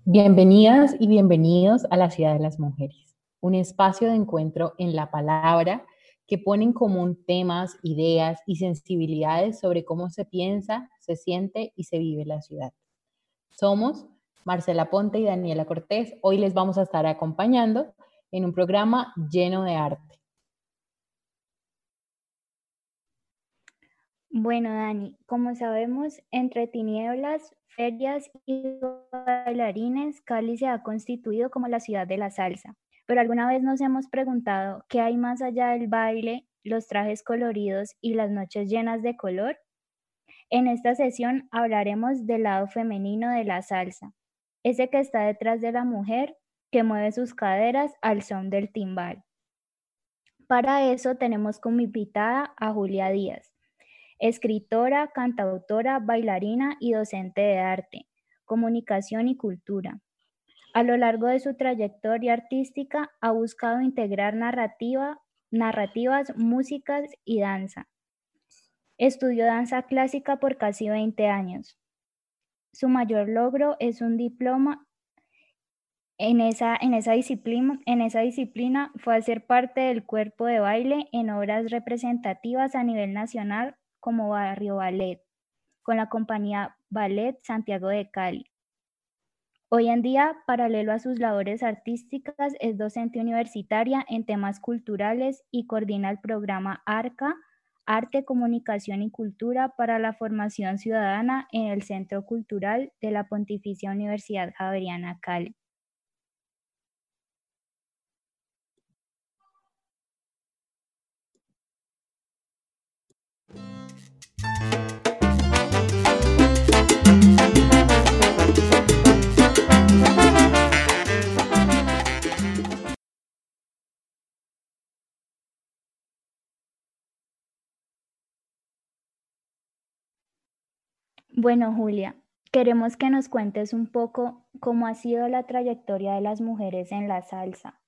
Bienvenidas y bienvenidos a la Ciudad de las Mujeres, un espacio de encuentro en la palabra que pone en común temas, ideas y sensibilidades sobre cómo se piensa, se siente y se vive la ciudad. Somos Marcela Ponte y Daniela Cortés. Hoy les vamos a estar acompañando en un programa lleno de arte. Bueno, Dani, como sabemos, entre tinieblas, ferias y bailarines, Cali se ha constituido como la ciudad de la salsa. Pero alguna vez nos hemos preguntado qué hay más allá del baile, los trajes coloridos y las noches llenas de color. En esta sesión hablaremos del lado femenino de la salsa, ese que está detrás de la mujer que mueve sus caderas al son del timbal. Para eso tenemos como invitada a Julia Díaz, escritora, cantautora, bailarina y docente de arte, comunicación y cultura. A lo largo de su trayectoria artística ha buscado integrar narrativas, músicas y danza. Estudió danza clásica por casi 20 años. Su mayor logro es un diploma en esa disciplina fue hacer parte del cuerpo de baile en obras representativas a nivel nacional como Barrio Ballet, con la compañía Ballet Santiago de Cali. Hoy en día, paralelo a sus labores artísticas, es docente universitaria en temas culturales y coordina el programa ARCA, Arte, Comunicación y Cultura para la Formación Ciudadana en el Centro Cultural de la Pontificia Universidad Javeriana Cali. Bueno, Julia, queremos que nos cuentes un poco cómo ha sido la trayectoria de las mujeres en la salsa.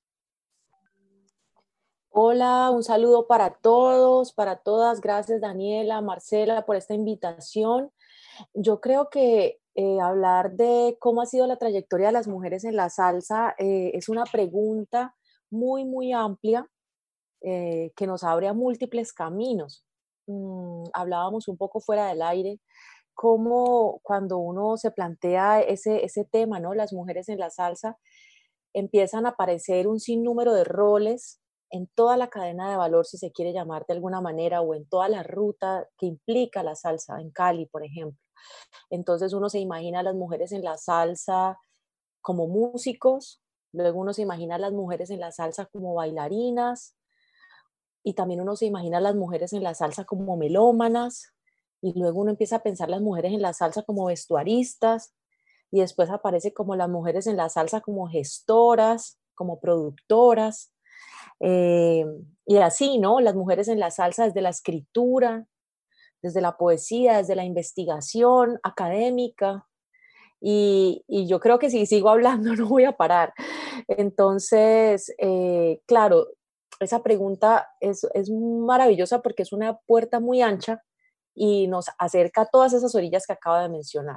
Hola, un saludo para todos, para todas. Gracias, Daniela, Marcela, por esta invitación. Yo creo que hablar de cómo ha sido la trayectoria de las mujeres en la salsa es una pregunta muy, muy amplia que nos abre a múltiples caminos. Hablábamos un poco fuera del aire, cómo cuando uno se plantea ese tema, ¿no? Las mujeres en la salsa, empiezan a aparecer un sinnúmero de roles en toda la cadena de valor, si se quiere llamar de alguna manera, o en toda la ruta que implica la salsa en Cali, por ejemplo. Entonces uno se imagina a las mujeres en la salsa como músicos, luego uno se imagina a las mujeres en la salsa como bailarinas, y también uno se imagina a las mujeres en la salsa como melómanas, y luego uno empieza a pensar las mujeres en la salsa como vestuaristas, y después aparece como las mujeres en la salsa como gestoras, como productoras, eh, y así, ¿no? Las mujeres en la salsa desde la escritura, desde la poesía, desde la investigación académica, y yo creo que si sigo hablando no voy a parar. Entonces, claro, esa pregunta es maravillosa porque es una puerta muy ancha y nos acerca a todas esas orillas que acabo de mencionar.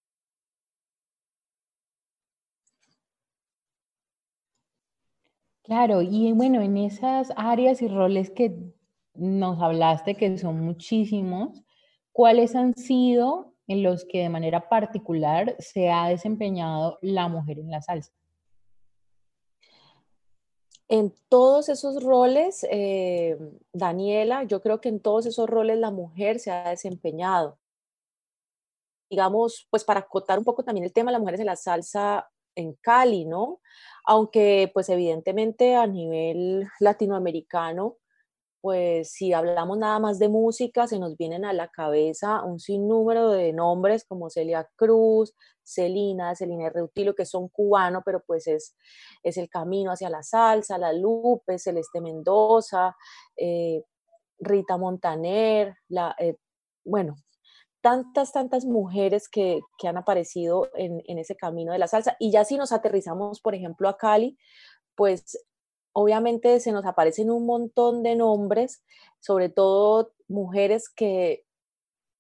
Claro, y bueno, en esas áreas y roles que nos hablaste, que son muchísimos, ¿cuáles han sido en los que de manera particular se ha desempeñado la mujer en la salsa? En todos esos roles, Daniela, yo creo que en todos esos roles la mujer se ha desempeñado. Digamos, pues para acotar un poco también el tema, las mujeres en la salsa en Cali, ¿no? Aunque pues evidentemente a nivel latinoamericano, pues si hablamos nada más de música, se nos vienen a la cabeza un sinnúmero de nombres como Celia Cruz, Celina Reutilo, que son cubanos, pero pues es el camino hacia la salsa, La Lupe, Celeste Mendoza, eh, Rita Montaner, bueno, tantas mujeres que han aparecido en ese camino de la salsa. Y ya si nos aterrizamos, por ejemplo, a Cali, pues obviamente se nos aparecen un montón de nombres, sobre todo mujeres que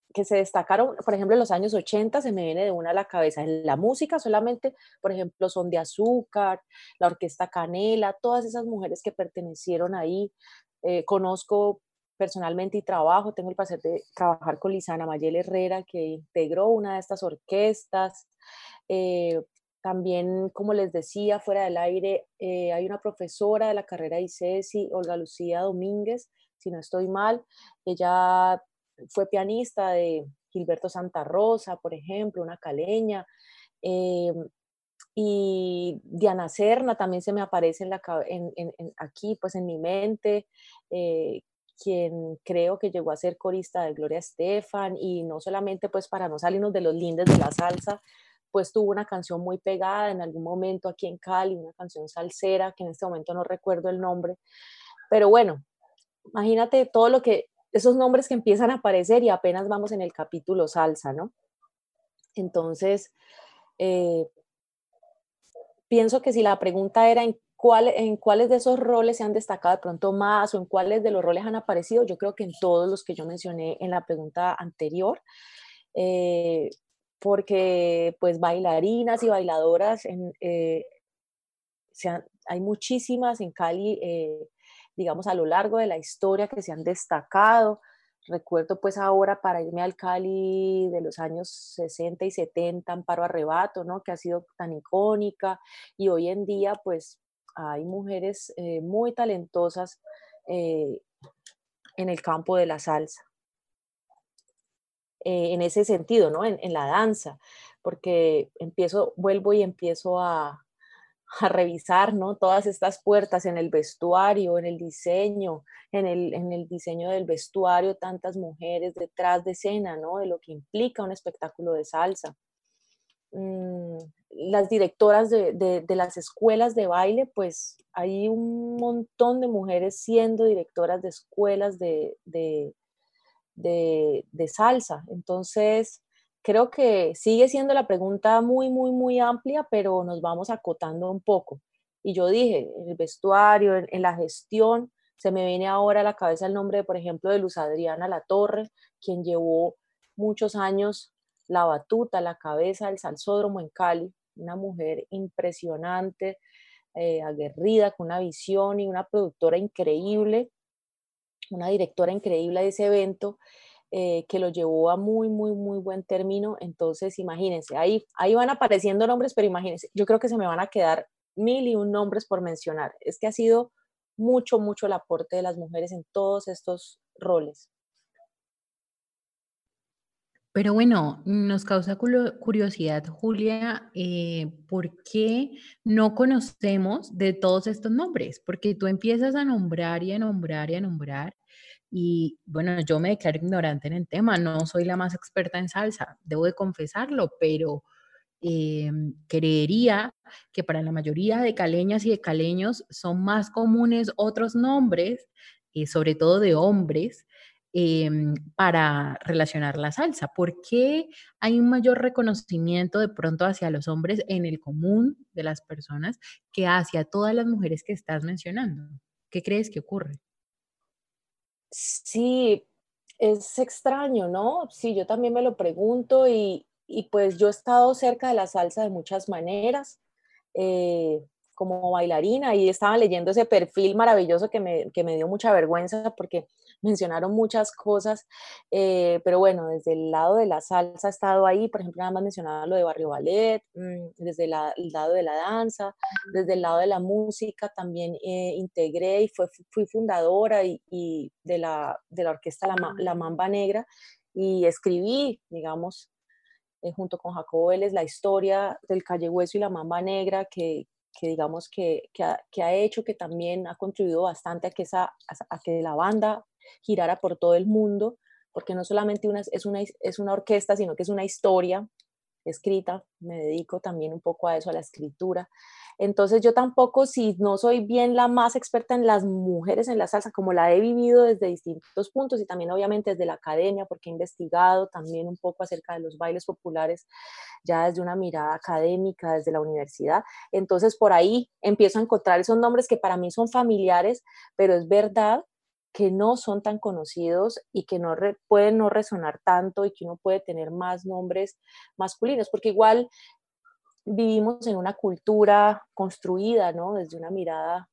que se destacaron, por ejemplo, en los años 80, se me viene de una a la cabeza. En la música solamente, por ejemplo, Son de Azúcar, la Orquesta Canela, todas esas mujeres que pertenecieron ahí. Conozco personalmente y tengo el placer de trabajar con Lisana Mayel Herrera, que integró una de estas orquestas. Eh, También, como les decía, fuera del aire, hay una profesora de la carrera de ICESI, Olga Lucía Domínguez, si no estoy mal. Ella fue pianista de Gilberto Santa Rosa, por ejemplo, una caleña. eh, y Diana Serna también se me aparece aquí, pues en mi mente, quien creo que llegó a ser corista de Gloria Estefan, y no solamente pues para no salirnos de los lindes de la salsa, pues tuvo una canción muy pegada en algún momento aquí en Cali, una canción salsera, que en este momento no recuerdo el nombre, pero bueno, imagínate todo lo que, esos nombres que empiezan a aparecer y apenas vamos en el capítulo salsa, ¿no? Entonces, eh, pienso que si la pregunta era en cuáles de esos roles se han destacado de pronto más o en cuáles de los roles han aparecido, yo creo que en todos los que yo mencioné en la pregunta anterior, eh, porque pues bailarinas y bailadoras hay muchísimas en Cali, digamos, a lo largo de la historia que se han destacado. Recuerdo pues ahora para irme al Cali de los años 60 y 70, Amparo Arrebato, ¿no? Que ha sido tan icónica, y hoy en día pues hay mujeres muy talentosas eh, en el campo de la salsa, en ese sentido, ¿no? En la danza, porque vuelvo y empiezo a revisar, ¿no? Todas estas puertas en el vestuario, en el diseño, en el diseño del vestuario, tantas mujeres detrás de escena, ¿no? De lo que implica un espectáculo de salsa. Mm, las directoras de las escuelas de baile, pues hay un montón de mujeres siendo directoras de escuelas de salsa. Entonces, creo que sigue siendo la pregunta muy, muy, muy amplia, pero nos vamos acotando un poco. Y yo dije, en el vestuario, en la gestión, se me viene ahora a la cabeza el nombre, por ejemplo, de Luz Adriana Latorre, quien llevó muchos años la batuta, la cabeza del salsódromo en Cali, una mujer impresionante, aguerrida, con una visión y una productora increíble, una directora increíble de ese evento, que lo llevó a muy, muy, muy buen término. Entonces, imagínense, ahí van apareciendo nombres, pero imagínense, yo creo que se me van a quedar mil y un nombres por mencionar. Es que ha sido mucho, mucho el aporte de las mujeres en todos estos roles. Pero bueno, nos causa curiosidad, Julia, ¿por qué no conocemos de todos estos nombres? Porque tú empiezas a nombrar y a nombrar y a nombrar. Y bueno, yo me declaro ignorante en el tema, no soy la más experta en salsa, debo de confesarlo, pero creería que para la mayoría de caleñas y de caleños son más comunes otros nombres, sobre todo de hombres, para relacionar la salsa. ¿Por qué hay un mayor reconocimiento de pronto hacia los hombres en el común de las personas que hacia todas las mujeres que estás mencionando? ¿Qué crees que ocurre? Sí, es extraño, ¿no? Sí, yo también me lo pregunto, y pues yo he estado cerca de la salsa de muchas maneras, eh, como bailarina, y estaba leyendo ese perfil maravilloso que me dio mucha vergüenza porque mencionaron muchas cosas, pero bueno, desde el lado de la salsa he estado ahí, por ejemplo, nada más mencionaba lo de Barrio Ballet, desde el lado de la danza, desde el lado de la música también integré y fui fundadora de la orquesta La Mamba Negra, y escribí, digamos, junto con Jacobo Vélez, la historia del Calle Hueso y la Mamba Negra, que digamos que ha hecho, que también ha contribuido bastante a que la banda girara por todo el mundo, porque no solamente es una orquesta, sino que es una historia escrita, me dedico también un poco a eso, a la escritura. Entonces yo tampoco, si no soy bien la más experta en las mujeres en la salsa, como la he vivido desde distintos puntos y también obviamente desde la academia, porque he investigado también un poco acerca de los bailes populares ya desde una mirada académica, desde la universidad. Entonces por ahí empiezo a encontrar esos nombres que para mí son familiares, pero es verdad que no son tan conocidos y que pueden no resonar tanto y que uno puede tener más nombres masculinos, porque igual vivimos en una cultura construida, ¿no? Desde una mirada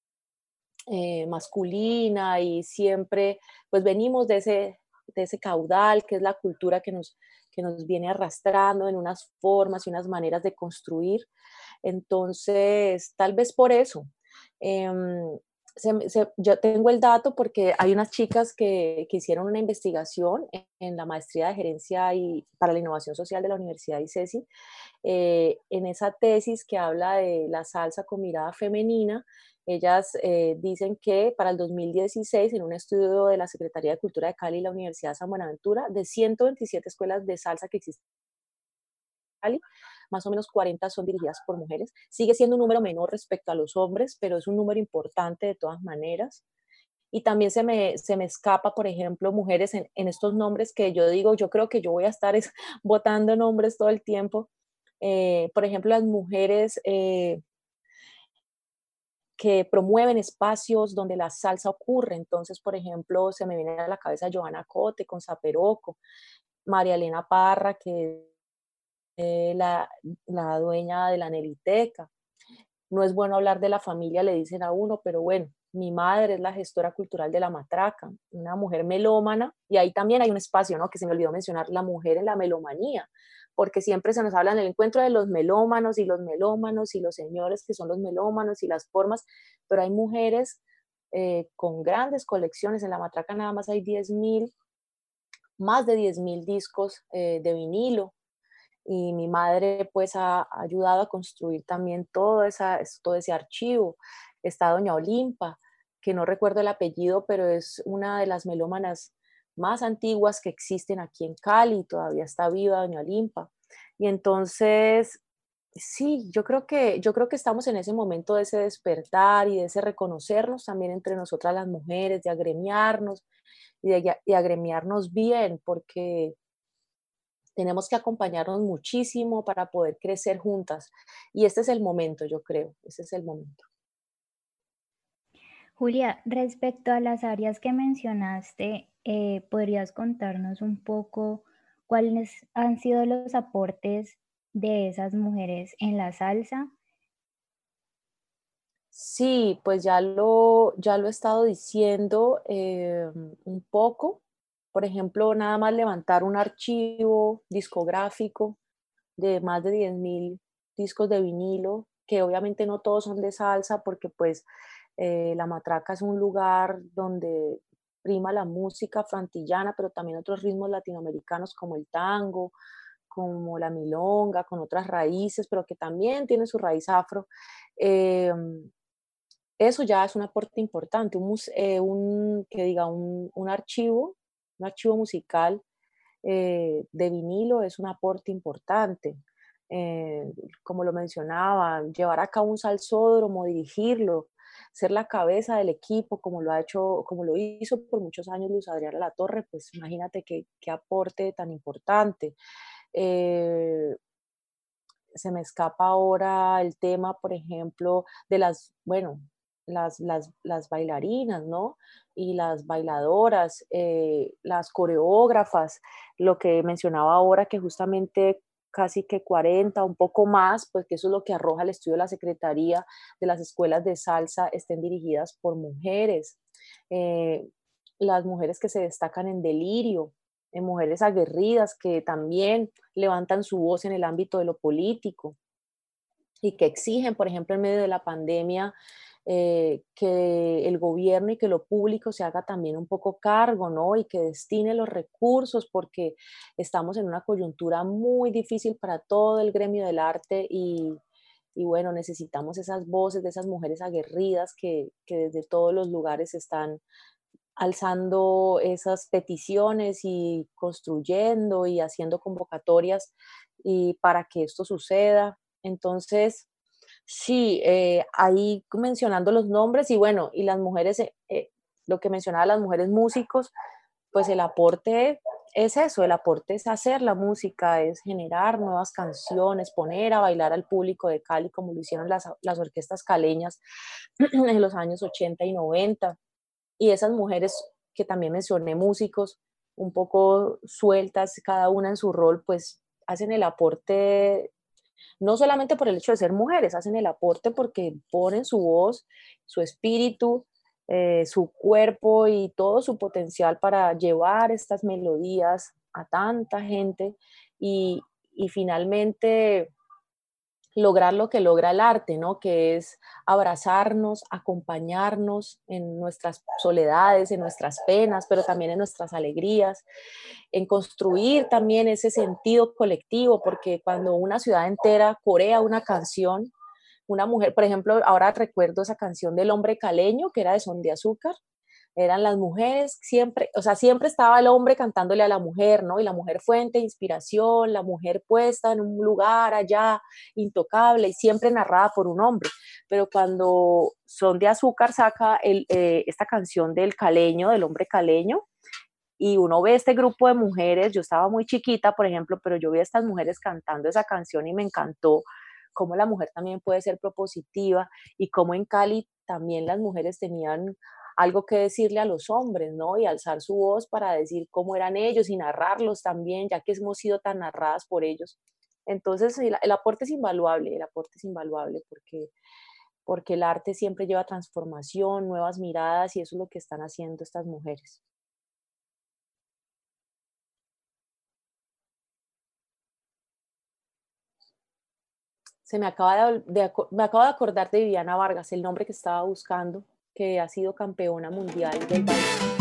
masculina y siempre, pues venimos de ese caudal que es la cultura que nos viene arrastrando en unas formas y unas maneras de construir. Entonces, tal vez por eso. em, yo tengo el dato porque hay unas chicas que hicieron una investigación en la maestría de gerencia y para la innovación social de la Universidad de ICESI, en esa tesis que habla de la salsa con mirada femenina. Ellas dicen que para el 2016, en un estudio de la Secretaría de Cultura de Cali y la Universidad de San Buenaventura, de 127 escuelas de salsa que existen en Cali, más o menos 40 son dirigidas por mujeres. Sigue siendo un número menor respecto a los hombres, pero es un número importante de todas maneras. Y también se me escapa, por ejemplo, mujeres en estos nombres que yo digo, yo creo que yo voy a estar votando nombres todo el tiempo. Por ejemplo, las mujeres que promueven espacios donde la salsa ocurre. Entonces, por ejemplo, se me viene a la cabeza Joana Cote con Zaperoco, María Elena Parra, que es la dueña de la Neliteca. No es bueno hablar de la familia, le dicen a uno, pero bueno, mi madre es la gestora cultural de La Matraca, una mujer melómana, y ahí también hay un espacio, ¿no? Que se me olvidó mencionar, la mujer en la melomanía, porque siempre se nos habla en el encuentro de los melómanos y los señores que son los melómanos y las formas, pero hay mujeres con grandes colecciones. En La Matraca nada más hay 10.000, más de 10.000 discos de vinilo, y mi madre pues ha ayudado a construir también todo ese archivo. Está doña Olimpa, que no recuerdo el apellido, pero es una de las melómanas más antiguas que existen aquí en Cali, todavía está viva doña Olimpa. Y entonces, sí, yo creo que estamos en ese momento de ese despertar y de ese reconocernos también entre nosotras las mujeres, de agremiarnos y agremiarnos bien, porque tenemos que acompañarnos muchísimo para poder crecer juntas. Y este es el momento, yo creo, este es el momento. Julia, respecto a las áreas que mencionaste, ¿podrías contarnos un poco cuáles han sido los aportes de esas mujeres en la salsa? Sí, pues ya lo he estado diciendo un poco. Por ejemplo, nada más levantar un archivo discográfico de más de 10.000 discos de vinilo, que obviamente no todos son de salsa, porque pues La Matraca es un lugar donde prima la música frantillana, pero también otros ritmos latinoamericanos como el tango, como la milonga, con otras raíces, pero que también tiene su raíz afro. Em, Eso ya es un aporte importante, que diga, un archivo musical de vinilo es un aporte importante. Eh, Como lo mencionaba, llevar a cabo un salsódromo, dirigirlo, ser la cabeza del equipo, como lo hizo por muchos años Luz Adriana Latorre, pues imagínate qué aporte tan importante. Eh, Se me escapa ahora el tema, por ejemplo, de bueno, las bailarinas, ¿no? Y las bailadoras, las coreógrafas, lo que mencionaba ahora, que justamente casi que 40, un poco más, pues que eso es lo que arroja el estudio de la Secretaría de las escuelas de salsa, estén dirigidas por mujeres. Eh, las mujeres que se destacan en Delirio, en mujeres aguerridas que también levantan su voz en el ámbito de lo político y que exigen, por ejemplo, en medio de la pandemia, que el gobierno y que lo público se haga también un poco cargo, ¿no? Y que destine los recursos, porque estamos en una coyuntura muy difícil para todo el gremio del arte y bueno, necesitamos esas voces de esas mujeres aguerridas que desde todos los lugares están alzando esas peticiones y construyendo y haciendo convocatorias y para que esto suceda. Entonces, sí, ahí mencionando los nombres y bueno, y las mujeres, lo que mencionaba las mujeres músicos, pues el aporte es eso, el aporte es hacer la música, es generar nuevas canciones, poner a bailar al público de Cali como lo hicieron las orquestas caleñas en los años 80 y 90. y esas mujeres que también mencioné, músicos, un poco sueltas, cada una en su rol, pues hacen el aporte, no solamente por el hecho de ser mujeres, hacen el aporte porque ponen su voz, su espíritu, su cuerpo y todo su potencial para llevar estas melodías a tanta gente y, y finalmente lograr lo que logra el arte, ¿no? Que es abrazarnos, acompañarnos en nuestras soledades, en nuestras penas, pero también en nuestras alegrías, en construir también ese sentido colectivo, porque cuando una ciudad entera corea una canción, una mujer, por ejemplo, ahora recuerdo esa canción del hombre caleño, que era de Son de Azúcar, eran las mujeres siempre, o sea, siempre estaba el hombre cantándole a la mujer, ¿no? Y la mujer fuente de inspiración, la mujer puesta en un lugar allá intocable y siempre narrada por un hombre. Pero cuando Son de Azúcar saca esta canción del caleño, del hombre caleño, y uno ve este grupo de mujeres, yo estaba muy chiquita, por ejemplo, pero yo vi a estas mujeres cantando esa canción y me encantó cómo la mujer también puede ser propositiva y cómo en Cali también las mujeres tenían algo que decirle a los hombres, ¿no? Y alzar su voz para decir cómo eran ellos y narrarlos también, ya que hemos sido tan narradas por ellos. Entonces, el aporte es invaluable, el aporte es invaluable porque el arte siempre lleva transformación, nuevas miradas y eso es lo que están haciendo estas mujeres. Me acabo de acordar de Viviana Vargas, el nombre que estaba buscando, que ha sido campeona mundial del baile.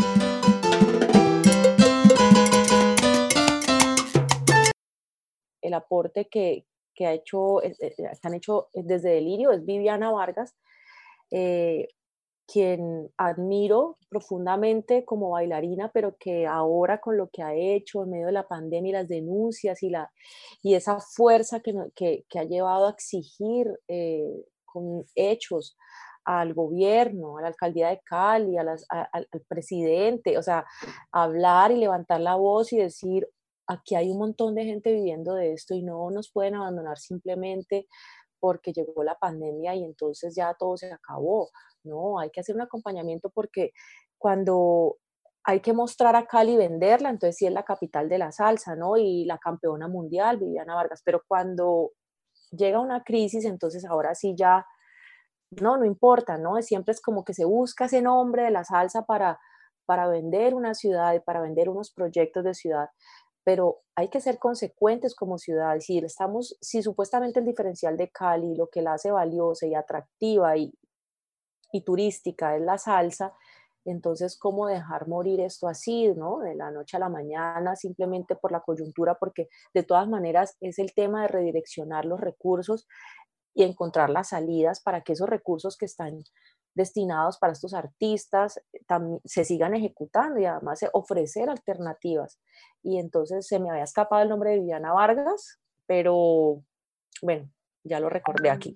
El aporte que ha hecho, que han hecho desde Delirio es Viviana Vargas, eh, quien admiro profundamente como bailarina, pero que ahora con lo que ha hecho en medio de la pandemia y las denuncias y esa fuerza que ha llevado a exigir con hechos al gobierno, a la alcaldía de Cali, al presidente, o sea, hablar y levantar la voz y decir, aquí hay un montón de gente viviendo de esto y no nos pueden abandonar simplemente porque llegó la pandemia y entonces ya todo se acabó. No, hay que hacer un acompañamiento porque cuando hay que mostrar a Cali y venderla, entonces sí es la capital de la salsa, ¿no? Y la campeona mundial, Viviana Vargas, pero cuando llega una crisis, entonces ahora sí ya, no, no importa, ¿no? Siempre es como que se busca ese nombre de la salsa para vender una ciudad y para vender unos proyectos de ciudad, pero hay que ser consecuentes como ciudad. Si supuestamente el diferencial de Cali, lo que la hace valiosa y atractiva y turística es la salsa, entonces, ¿cómo dejar morir esto así, ¿no? De la noche a la mañana, simplemente por la coyuntura, porque de todas maneras es el tema de redireccionar los recursos y encontrar las salidas para que esos recursos que están destinados para estos artistas se sigan ejecutando y además ofrecer alternativas. Y entonces se me había escapado el nombre de Viviana Vargas, pero bueno, ya lo recordé aquí.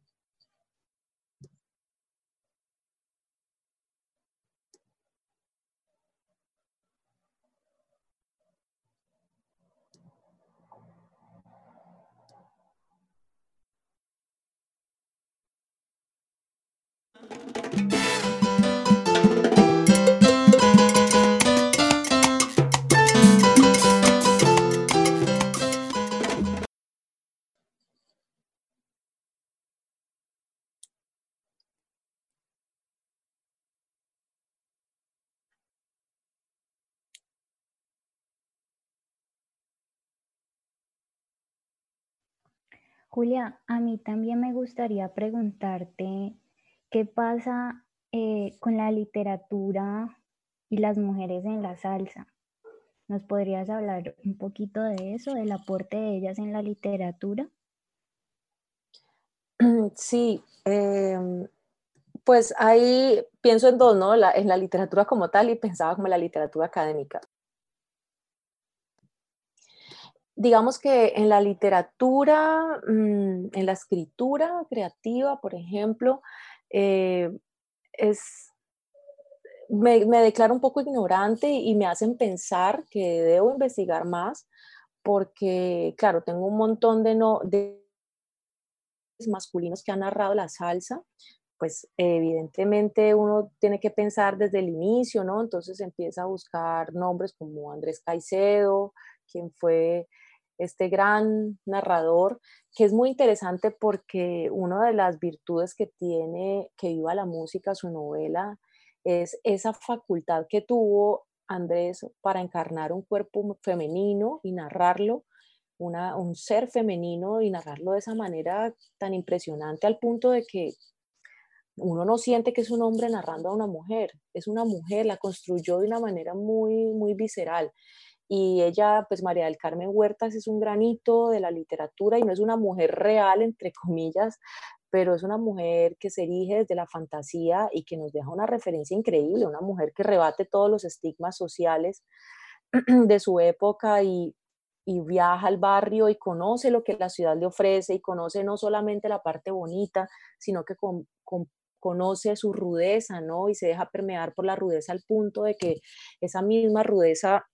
Julia, a mí también me gustaría preguntarte qué pasa con la literatura y las mujeres en la salsa. ¿Nos podrías hablar un poquito de eso, del aporte de ellas en la literatura? Sí, pues ahí pienso en dos, ¿no? En la literatura como tal y pensaba como en la literatura académica. Digamos que en la literatura, en la escritura creativa, por ejemplo, eh, es, me declaro un poco ignorante y me hacen pensar que debo investigar más porque, claro, tengo un montón de masculinos que han narrado la salsa, pues evidentemente uno tiene que pensar desde el inicio, ¿no? Entonces empieza a buscar nombres como Andrés Caicedo, quien fue este gran narrador, que es muy interesante porque una de las virtudes que tiene Que viva la música, su novela, es esa facultad que tuvo Andrés para encarnar un cuerpo femenino y narrarlo, un ser femenino y narrarlo de esa manera tan impresionante al punto de que uno no siente que es un hombre narrando a una mujer, es una mujer, la construyó de una manera muy, muy visceral. Y ella, pues María del Carmen Huertas es un granito de la literatura y no es una mujer real, entre comillas, pero es una mujer que se erige desde la fantasía y que nos deja una referencia increíble, una mujer que rebate todos los estigmas sociales de su época y viaja al barrio y conoce lo que la ciudad le ofrece y conoce no solamente la parte bonita, sino que conoce su rudeza, ¿no? Y se deja permear por la rudeza al punto de que esa misma rudeza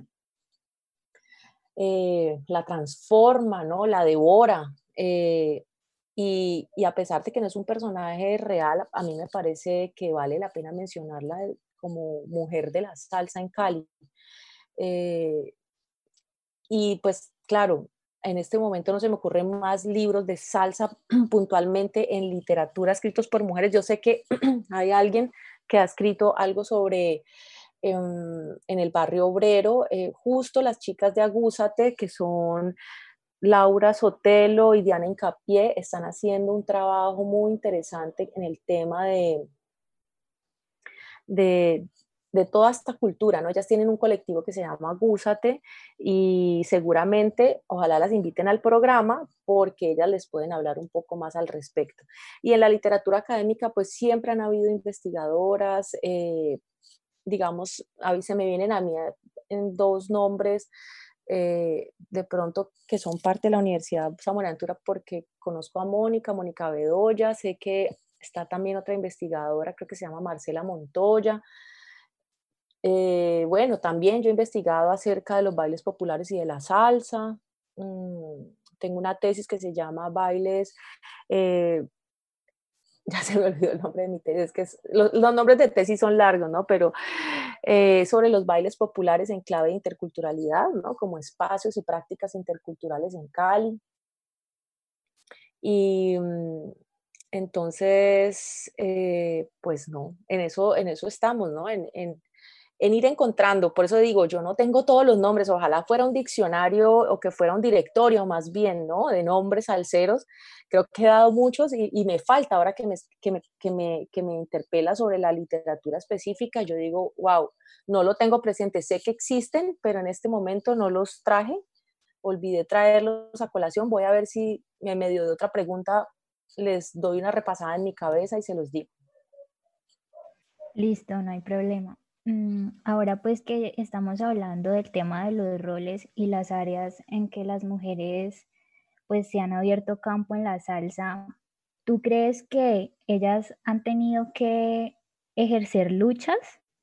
la transforma, ¿no? La devora. Y a pesar de que no es un personaje real, a mí me parece que vale la pena mencionarla como mujer de la salsa en Cali. Eh, y pues claro, en este momento no se me ocurren más libros de salsa puntualmente en literatura escritos por mujeres. Yo sé que hay alguien que ha escrito algo sobre en el barrio obrero, justo las chicas de Agúzate, que son Laura Sotelo y Diana Incapié, están haciendo un trabajo muy interesante en el tema de, de toda esta cultura, ¿no? Ellas tienen un colectivo que se llama Gúzate y seguramente, ojalá las inviten al programa porque ellas les pueden hablar un poco más al respecto. Y en la literatura académica, pues siempre han habido investigadoras, digamos, a mí se me vienen a mí en dos nombres, de pronto que son parte de la Universidad San Buenaventura porque conozco a Mónica Bedoya, sé que está también otra investigadora, creo que se llama Marcela Montoya. Bueno, también yo he investigado acerca de los bailes populares y de la salsa. Mm, Tengo una tesis que se llama Bailes, eh, ya se me olvidó el nombre de mi tesis, es que los nombres de tesis son largos, ¿no? Pero sobre los bailes populares en clave de interculturalidad, ¿no? Como espacios y prácticas interculturales en Cali. Y entonces, pues no, en eso estamos, ¿no? En ir encontrando, por eso digo, yo no tengo todos los nombres, ojalá fuera un diccionario o que fuera un directorio más bien, ¿no? De nombres salseros, creo que he dado muchos y me falta ahora que me interpela sobre la literatura específica, yo digo, wow, no lo tengo presente, sé que existen, pero en este momento no los traje, olvidé traerlos a colación, voy a ver si en medio de otra pregunta les doy una repasada en mi cabeza y se los digo. Listo, no hay problema. Ahora pues que estamos hablando del tema de los roles y las áreas en que las mujeres pues se han abierto campo en la salsa, ¿tú crees que ellas han tenido que ejercer luchas?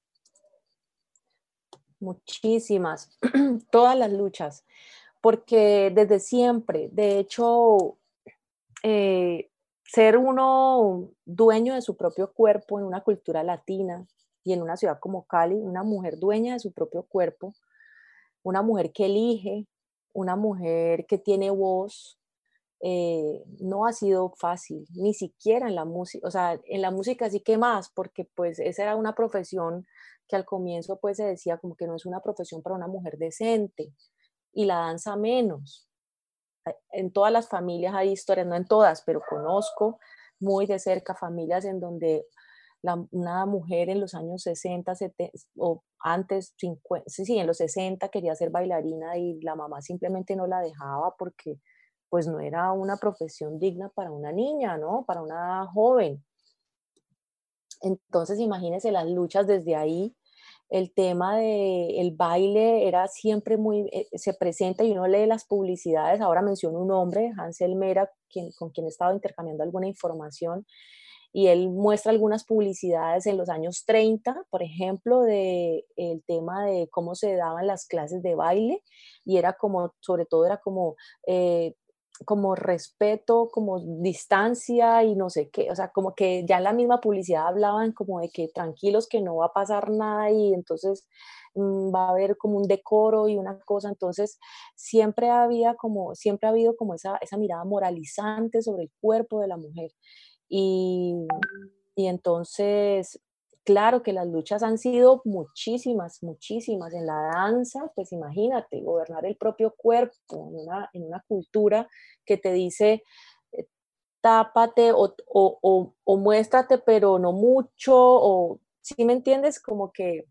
Muchísimas, todas las luchas, porque desde siempre, de hecho, eh, ser uno dueño de su propio cuerpo en una cultura latina y en una ciudad como Cali, una mujer dueña de su propio cuerpo, una mujer que elige, una mujer que tiene voz, no ha sido fácil, ni siquiera en la música, o sea, en la música sí que más, porque pues esa era una profesión que al comienzo pues se decía como que no es una profesión para una mujer decente y la danza menos. En todas las familias hay historias, no en todas, pero conozco muy de cerca familias en donde una mujer en los años 60, 70 o antes, 50, sí, sí, en los 60 quería ser bailarina y la mamá simplemente no la dejaba porque pues no era una profesión digna para una niña, ¿no? Para una joven. Entonces, imagínense las luchas desde ahí. El tema del baile era siempre muy, se presenta y uno lee las publicidades. Ahora menciono un hombre, Hansel Mera, con quien he estado intercambiando alguna información, y él muestra algunas publicidades en los años 30, por ejemplo, de el tema de cómo se daban las clases de baile, y era como, sobre todo era como como respeto, como distancia y no sé qué, o sea, como que ya en la misma publicidad hablaban como de que tranquilos que no va a pasar nada y entonces va a haber como un decoro y una cosa, entonces siempre ha habido como esa mirada moralizante sobre el cuerpo de la mujer. Y, y entonces, claro que las luchas han sido muchísimas, muchísimas. En la danza, pues imagínate, gobernar el propio cuerpo en una cultura que te dice, eh, tápate o muéstrate, pero no mucho, o si me entiendes, como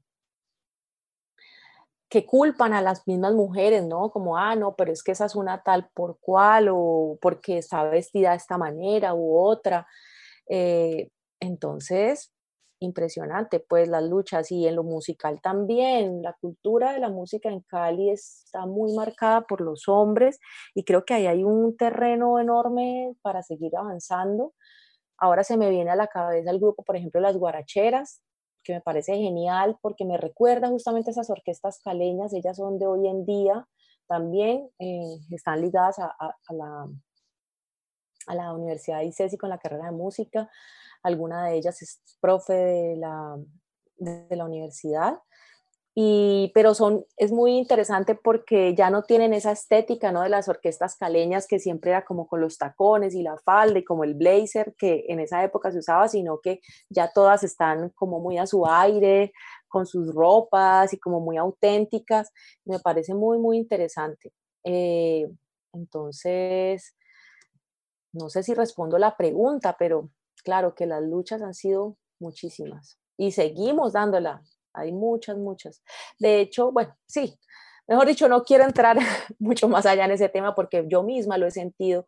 que culpan a las mismas mujeres, ¿no? Como, no, pero es que esa es una tal por cual, o porque está vestida de esta manera u otra. Eh, entonces, impresionante, pues las luchas y en lo musical también. La cultura de la música en Cali está muy marcada por los hombres y creo que ahí hay un terreno enorme para seguir avanzando. Ahora se me viene a la cabeza el grupo, por ejemplo, Las Guaracheras, que me parece genial porque me recuerda justamente a esas orquestas caleñas, ellas son de hoy en día también, están ligadas a la Universidad de ICESI con la carrera de música, alguna de ellas es profe de la universidad. Pero es muy interesante porque ya no tienen esa estética, ¿no? De las orquestas caleñas que siempre era como con los tacones y la falda y como el blazer que en esa época se usaba, sino que ya todas están como muy a su aire, con sus ropas y como muy auténticas. Me parece muy, muy interesante. Eh, entonces, no sé si respondo la pregunta, pero claro que las luchas han sido muchísimas y seguimos dándola. Hay muchas, muchas. De hecho, bueno, sí, mejor dicho, no quiero entrar mucho más allá en ese tema porque yo misma lo he sentido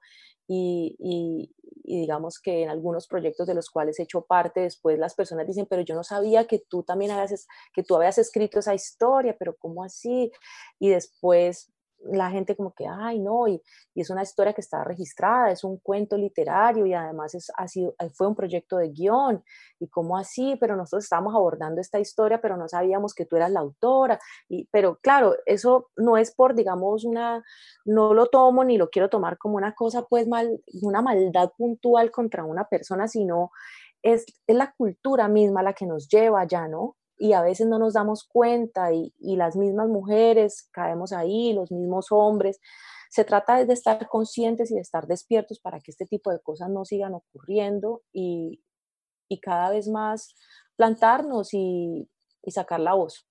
y digamos que en algunos proyectos de los cuales he hecho parte, después las personas dicen, pero yo no sabía que tú también que tú habías escrito esa historia, pero ¿cómo así? Y después la gente como que, ay, no, y es una historia que está registrada, es un cuento literario y además fue un proyecto de guión. ¿Y cómo así? Pero nosotros estábamos abordando esta historia, pero no sabíamos que tú eras la autora. Pero claro, eso no es por, digamos, no lo tomo ni lo quiero tomar como una cosa, pues una maldad puntual contra una persona, sino es la cultura misma la que nos lleva allá, ¿no? Y a veces no nos damos cuenta y las mismas mujeres caemos ahí, los mismos hombres. Se trata de estar conscientes y de estar despiertos para que este tipo de cosas no sigan ocurriendo y cada vez más plantarnos y sacar la voz.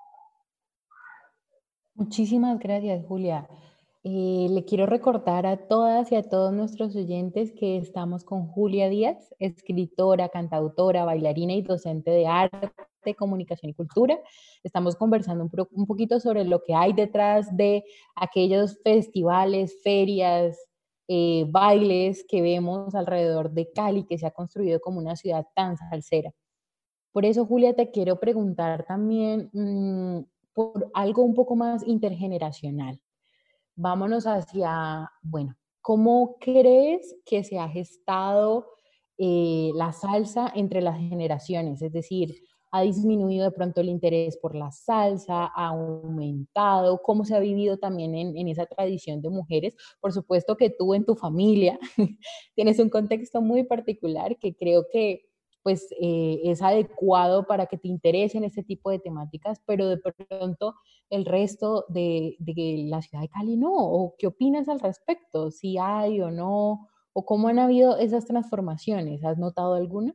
Muchísimas gracias, Julia. Le quiero recordar a todas y a todos nuestros oyentes que estamos con Julia Díaz, escritora, cantautora, bailarina y docente de arte, comunicación y cultura. Estamos conversando un poquito sobre lo que hay detrás de aquellos festivales, ferias, bailes que vemos alrededor de Cali, que se ha construido como una ciudad tan salsera. Por eso, Julia, te quiero preguntar también por algo un poco más intergeneracional. Vámonos hacia, bueno, ¿cómo crees que se ha gestado la salsa entre las generaciones? Es decir, ¿ha disminuido de pronto el interés por la salsa? ¿Ha aumentado? ¿Cómo se ha vivido también en esa tradición de mujeres? Por supuesto que tú en tu familia tienes un contexto muy particular que creo que pues es adecuado para que te interesen este tipo de temáticas, pero de pronto el resto de la ciudad de Cali no. ¿O qué opinas al respecto? ¿Si hay o no? ¿O cómo han habido esas transformaciones? ¿Has notado alguna?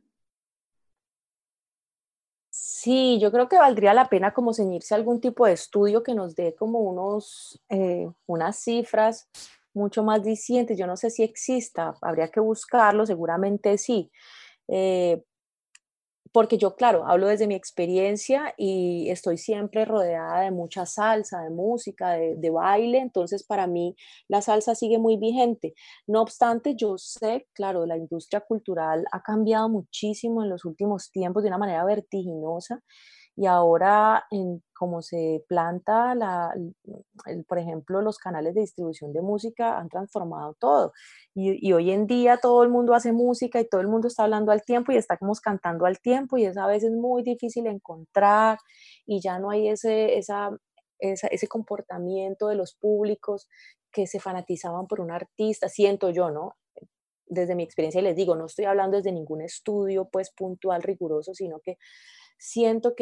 Sí, yo creo que valdría la pena como ceñirse a algún tipo de estudio que nos dé como unas cifras mucho más dicientes. Yo no sé si exista, habría que buscarlo, seguramente sí. Eh, Porque yo, claro, hablo desde mi experiencia y estoy siempre rodeada de mucha salsa, de música, de baile, entonces para mí la salsa sigue muy vigente. No obstante, yo sé, claro, la industria cultural ha cambiado muchísimo en los últimos tiempos de una manera vertiginosa y ahora como se planta por ejemplo, los canales de distribución de música han transformado todo. Y hoy en día todo el mundo hace música y todo el mundo está hablando al tiempo y está como cantando al tiempo y es a veces muy difícil encontrar y ya no hay ese comportamiento de los públicos que se fanatizaban por un artista, siento yo, ¿no? Desde mi experiencia, y les digo, no estoy hablando desde ningún estudio pues puntual, riguroso, sino que siento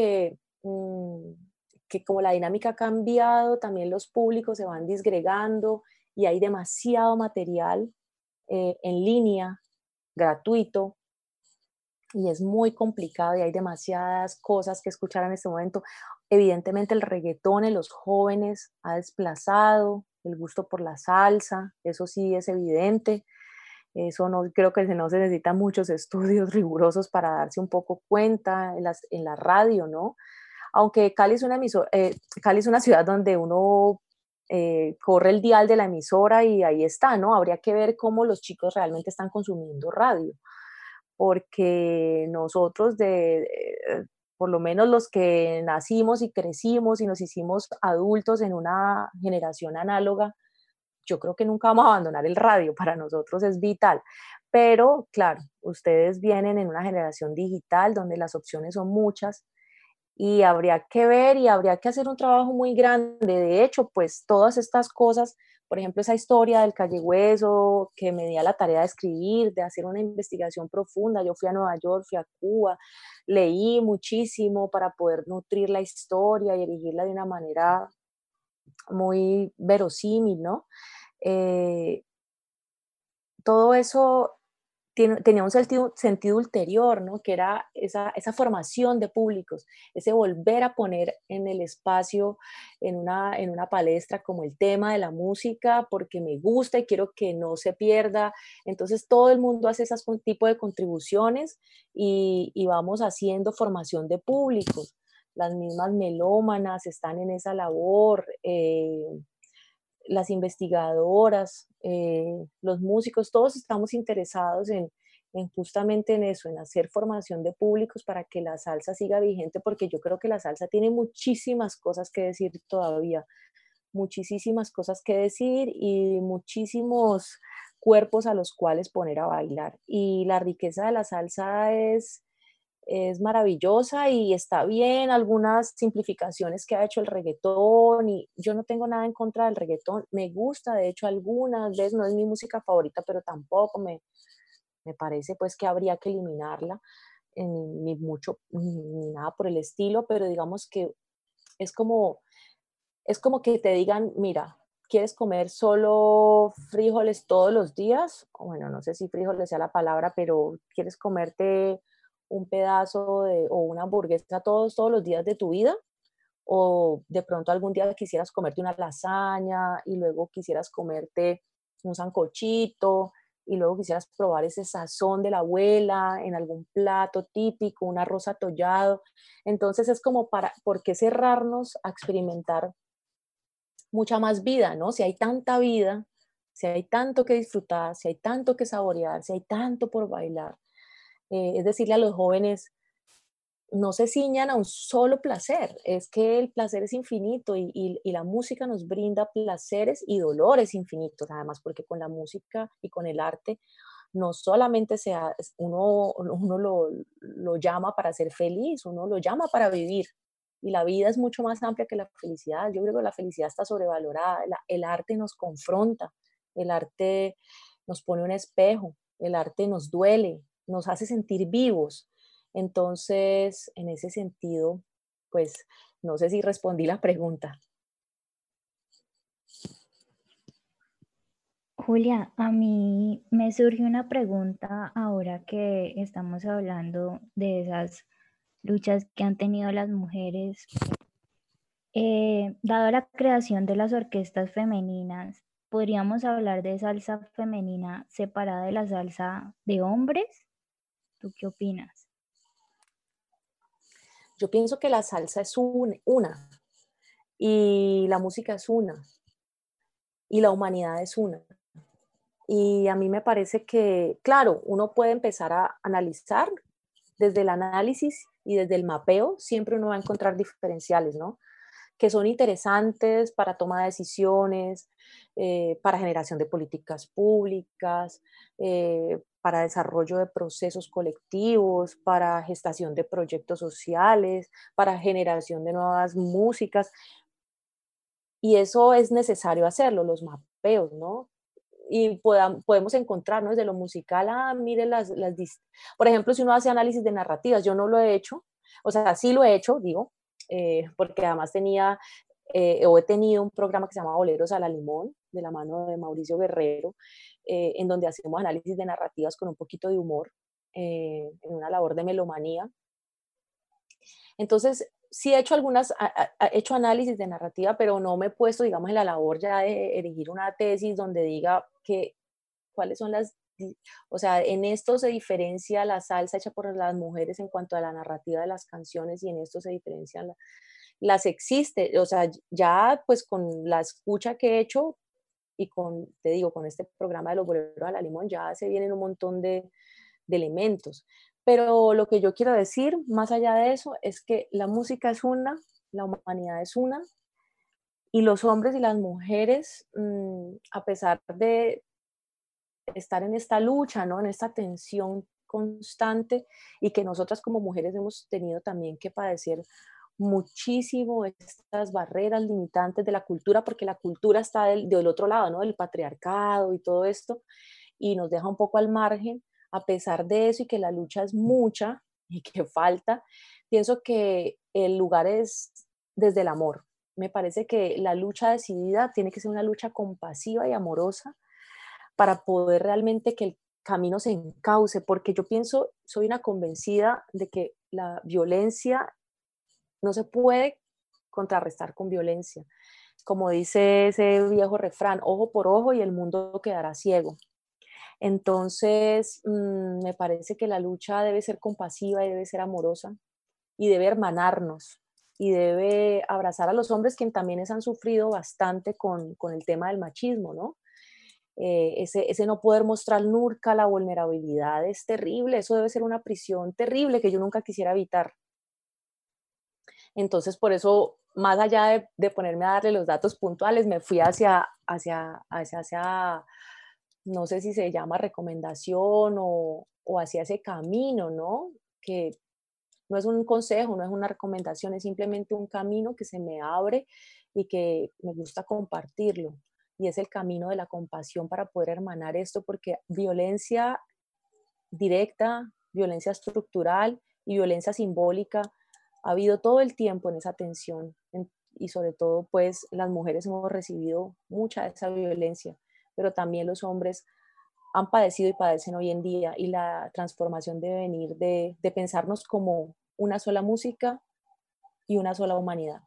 que como la dinámica ha cambiado, también los públicos se van disgregando y hay demasiado material en línea, gratuito, y es muy complicado y hay demasiadas cosas que escuchar en este momento. Evidentemente el reggaetón en los jóvenes ha desplazado el gusto por la salsa, eso sí es evidente. Eso no creo que no se necesitan muchos estudios rigurosos para darse un poco cuenta en la radio, ¿no? Aunque Cali es una ciudad donde uno corre el dial de la emisora y ahí está, ¿no? Habría que ver cómo los chicos realmente están consumiendo radio, porque nosotros por lo menos los que nacimos y crecimos y nos hicimos adultos en una generación análoga, yo creo que nunca vamos a abandonar el radio, para nosotros es vital. Pero claro, ustedes vienen en una generación digital donde las opciones son muchas y habría que ver y habría que hacer un trabajo muy grande. De hecho, pues todas estas cosas, por ejemplo, esa historia del Calle Hueso, que me di a la tarea de escribir, de hacer una investigación profunda. Yo fui a Nueva York, fui a Cuba, leí muchísimo para poder nutrir la historia y erigirla de una manera muy verosímil, ¿no? Eh, Todo eso tenía un sentido ulterior, ¿no? Que era esa formación de públicos, ese volver a poner en el espacio, en una palestra como el tema de la música, porque me gusta y quiero que no se pierda. Entonces todo el mundo hace ese tipo de contribuciones y vamos haciendo formación de públicos. Las mismas melómanas están en esa labor. Las investigadoras, los músicos, todos estamos interesados en justamente en eso, en hacer formación de públicos para que la salsa siga vigente, porque yo creo que la salsa tiene muchísimas cosas que decir todavía, muchísimas cosas que decir y muchísimos cuerpos a los cuales poner a bailar. Y la riqueza de la salsa es maravillosa y está bien algunas simplificaciones que ha hecho el reggaetón y yo no tengo nada en contra del reggaetón, me gusta de hecho algunas veces, no es mi música favorita, pero tampoco me parece pues que habría que eliminarla, ni mucho, ni nada por el estilo, pero digamos que es como, es como que te digan, mira, ¿quieres comer solo frijoles todos los días? O bueno, no sé si frijoles sea la palabra, pero ¿quieres comerte un pedazo o una hamburguesa todos los días de tu vida? O de pronto algún día quisieras comerte una lasaña y luego quisieras comerte un sancochito y luego quisieras probar ese sazón de la abuela en algún plato típico, un arroz atollado. Entonces es como ¿por qué cerrarnos a experimentar mucha más vida, ¿no? Si hay tanta vida, si hay tanto que disfrutar, si hay tanto que saborear, si hay tanto por bailar. Es decirle a los jóvenes, no se ciñan a un solo placer, es que el placer es infinito y la música nos brinda placeres y dolores infinitos, además, porque con la música y con el arte no solamente uno lo llama para ser feliz, uno lo llama para vivir. Y la vida es mucho más amplia que la felicidad. Yo creo que la felicidad está sobrevalorada. El arte nos confronta, el arte nos pone un espejo, el arte nos duele, nos hace sentir vivos. Entonces, en ese sentido, pues no sé si respondí la pregunta. Julia, a mí me surge una pregunta ahora que estamos hablando de esas luchas que han tenido las mujeres. Dado la creación de las orquestas femeninas, ¿podríamos hablar de salsa femenina separada de la salsa de hombres? ¿Tú qué opinas? Yo pienso que la salsa es una y la música es una y la humanidad es una. Y a mí me parece que, claro, uno puede empezar a analizar desde el análisis y desde el mapeo, siempre uno va a encontrar diferenciales, ¿no? Que son interesantes para toma de decisiones, para generación de políticas públicas, para desarrollo de procesos colectivos, para gestación de proyectos sociales, para generación de nuevas músicas. Y eso es necesario hacerlo, los mapeos, ¿no? Y podemos encontrar, ¿no? Desde lo musical, mire por ejemplo, si uno hace análisis de narrativas, yo no lo he hecho, o sea, sí lo he hecho, digo, porque además o he tenido un programa que se llama Boleros a la Limón, de la mano de Mauricio Guerrero, en donde hacemos análisis de narrativas con un poquito de humor, en una labor de melomanía. Entonces, sí he hecho he hecho análisis de narrativa, pero no me he puesto, digamos, en la labor ya de erigir una tesis donde diga cuáles son o sea, en esto se diferencia la salsa hecha por las mujeres en cuanto a la narrativa de las canciones, y en esto se diferencian las existe, o sea, ya pues con la escucha que he hecho y te digo, con este programa de los boleros a la limón, ya se vienen un montón de elementos. Pero lo que yo quiero decir, más allá de eso, es que la música es una, la humanidad es una, y los hombres y las mujeres, a pesar de estar en esta lucha, ¿no? En esta tensión constante, y que nosotras como mujeres hemos tenido también que padecer muchísimo estas barreras limitantes de la cultura, porque la cultura está del otro lado, ¿no? Del patriarcado y todo esto, y nos deja un poco al margen. A pesar de eso y que la lucha es mucha y que falta, pienso que el lugar es desde el amor. Me parece que la lucha decidida tiene que ser una lucha compasiva y amorosa para poder realmente que el camino se encauce, porque yo pienso, soy una convencida de que la violencia no se puede contrarrestar con violencia. Como dice ese viejo refrán, ojo por ojo y el mundo quedará ciego. Entonces, me parece que la lucha debe ser compasiva y debe ser amorosa y debe hermanarnos y debe abrazar a los hombres, quienes también han sufrido bastante con el tema del machismo, ¿no? Ese no poder mostrar nunca la vulnerabilidad es terrible, eso debe ser una prisión terrible que yo nunca quisiera evitar. Entonces, por eso, más allá de ponerme a darle los datos puntuales, me fui hacia no sé si se llama recomendación o hacia ese camino, ¿no? Que no es un consejo, no es una recomendación, es simplemente un camino que se me abre y que me gusta compartirlo. Y es el camino de la compasión para poder hermanar esto, porque violencia directa, violencia estructural y violencia simbólica ha habido todo el tiempo en esa tensión, y sobre todo pues las mujeres hemos recibido mucha de esa violencia, pero también los hombres han padecido y padecen hoy en día, y la transformación debe venir de pensarnos como una sola música y una sola humanidad.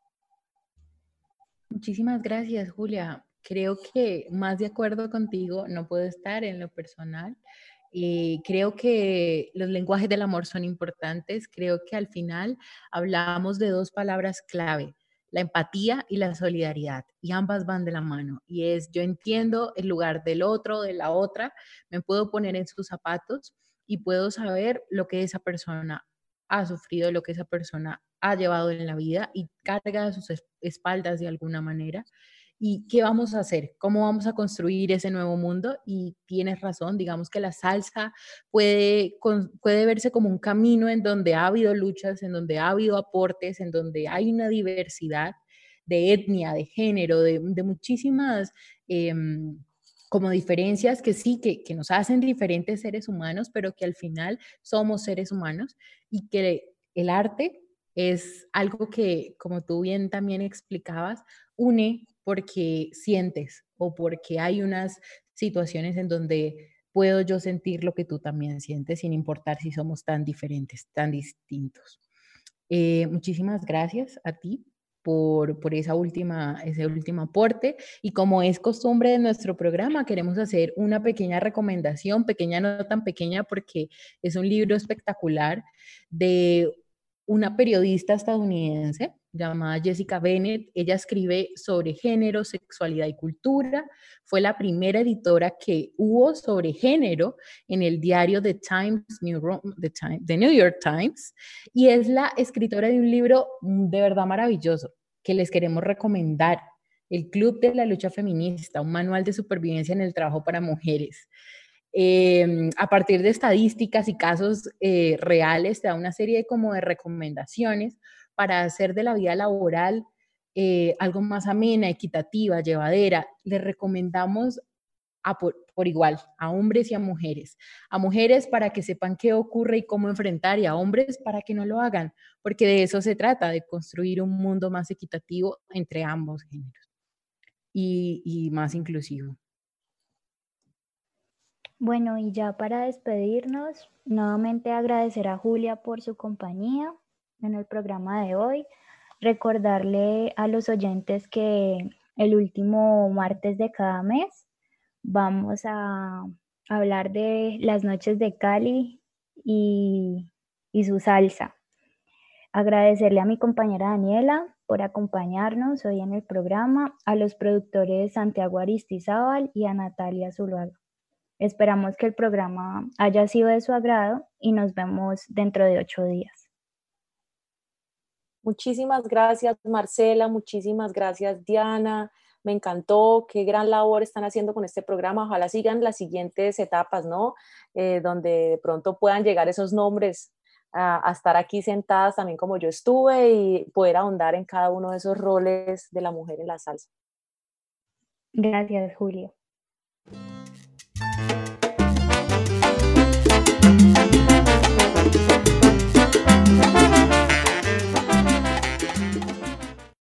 Muchísimas gracias, Julia. Creo que más de acuerdo contigo no puedo estar en lo personal. Creo que los lenguajes del amor son importantes. Creo que al final hablamos de dos palabras clave, la empatía y la solidaridad, y ambas van de la mano. Y es, yo entiendo el lugar del otro, de la otra, me puedo poner en sus zapatos y puedo saber lo que esa persona ha sufrido, lo que esa persona ha llevado en la vida y carga a sus espaldas de alguna manera. ¿Y qué vamos a hacer? ¿Cómo vamos a construir ese nuevo mundo? Y tienes razón, digamos que la salsa puede verse como un camino en donde ha habido luchas, en donde ha habido aportes, en donde hay una diversidad de etnia, de género, de muchísimas como diferencias que sí, que nos hacen diferentes seres humanos, pero que al final somos seres humanos, y que el arte es algo que, como tú bien también explicabas, une porque sientes o porque hay unas situaciones en donde puedo yo sentir lo que tú también sientes, sin importar si somos tan diferentes, tan distintos. Muchísimas gracias a ti por ese último aporte. Y como es costumbre de nuestro programa, queremos hacer una pequeña recomendación, pequeña, no tan pequeña, porque es un libro espectacular de una periodista estadounidense llamada Jessica Bennett. Ella escribe sobre género, sexualidad y cultura. Fue la primera editora que hubo sobre género en el diario The New York Times, y es la escritora de un libro de verdad maravilloso que les queremos recomendar, El Club de la Lucha Feminista, un manual de supervivencia en el trabajo para mujeres. A partir de estadísticas y casos reales, te da una serie como de recomendaciones para hacer de la vida laboral algo más amena, equitativa, llevadera, les recomendamos por igual, a hombres y a mujeres. A mujeres para que sepan qué ocurre y cómo enfrentar, y a hombres para que no lo hagan, porque de eso se trata, de construir un mundo más equitativo entre ambos géneros y más inclusivo. Bueno, y ya para despedirnos, nuevamente agradecer a Julia por su compañía en el programa de hoy. Recordarle a los oyentes que el último martes de cada mes vamos a hablar de las noches de Cali y su salsa. Agradecerle a mi compañera Daniela por acompañarnos hoy en el programa, a los productores Santiago Aristizábal y a Natalia Zuluaga. Esperamos que el programa haya sido de su agrado y nos vemos dentro de 8 días. Muchísimas gracias, Marcela, muchísimas gracias, Diana. Me encantó, qué gran labor están haciendo con este programa. Ojalá sigan las siguientes etapas, ¿no? Donde de pronto puedan llegar esos nombres a estar aquí sentadas también como yo estuve y poder ahondar en cada uno de esos roles de la mujer en la salsa. Gracias, Julia.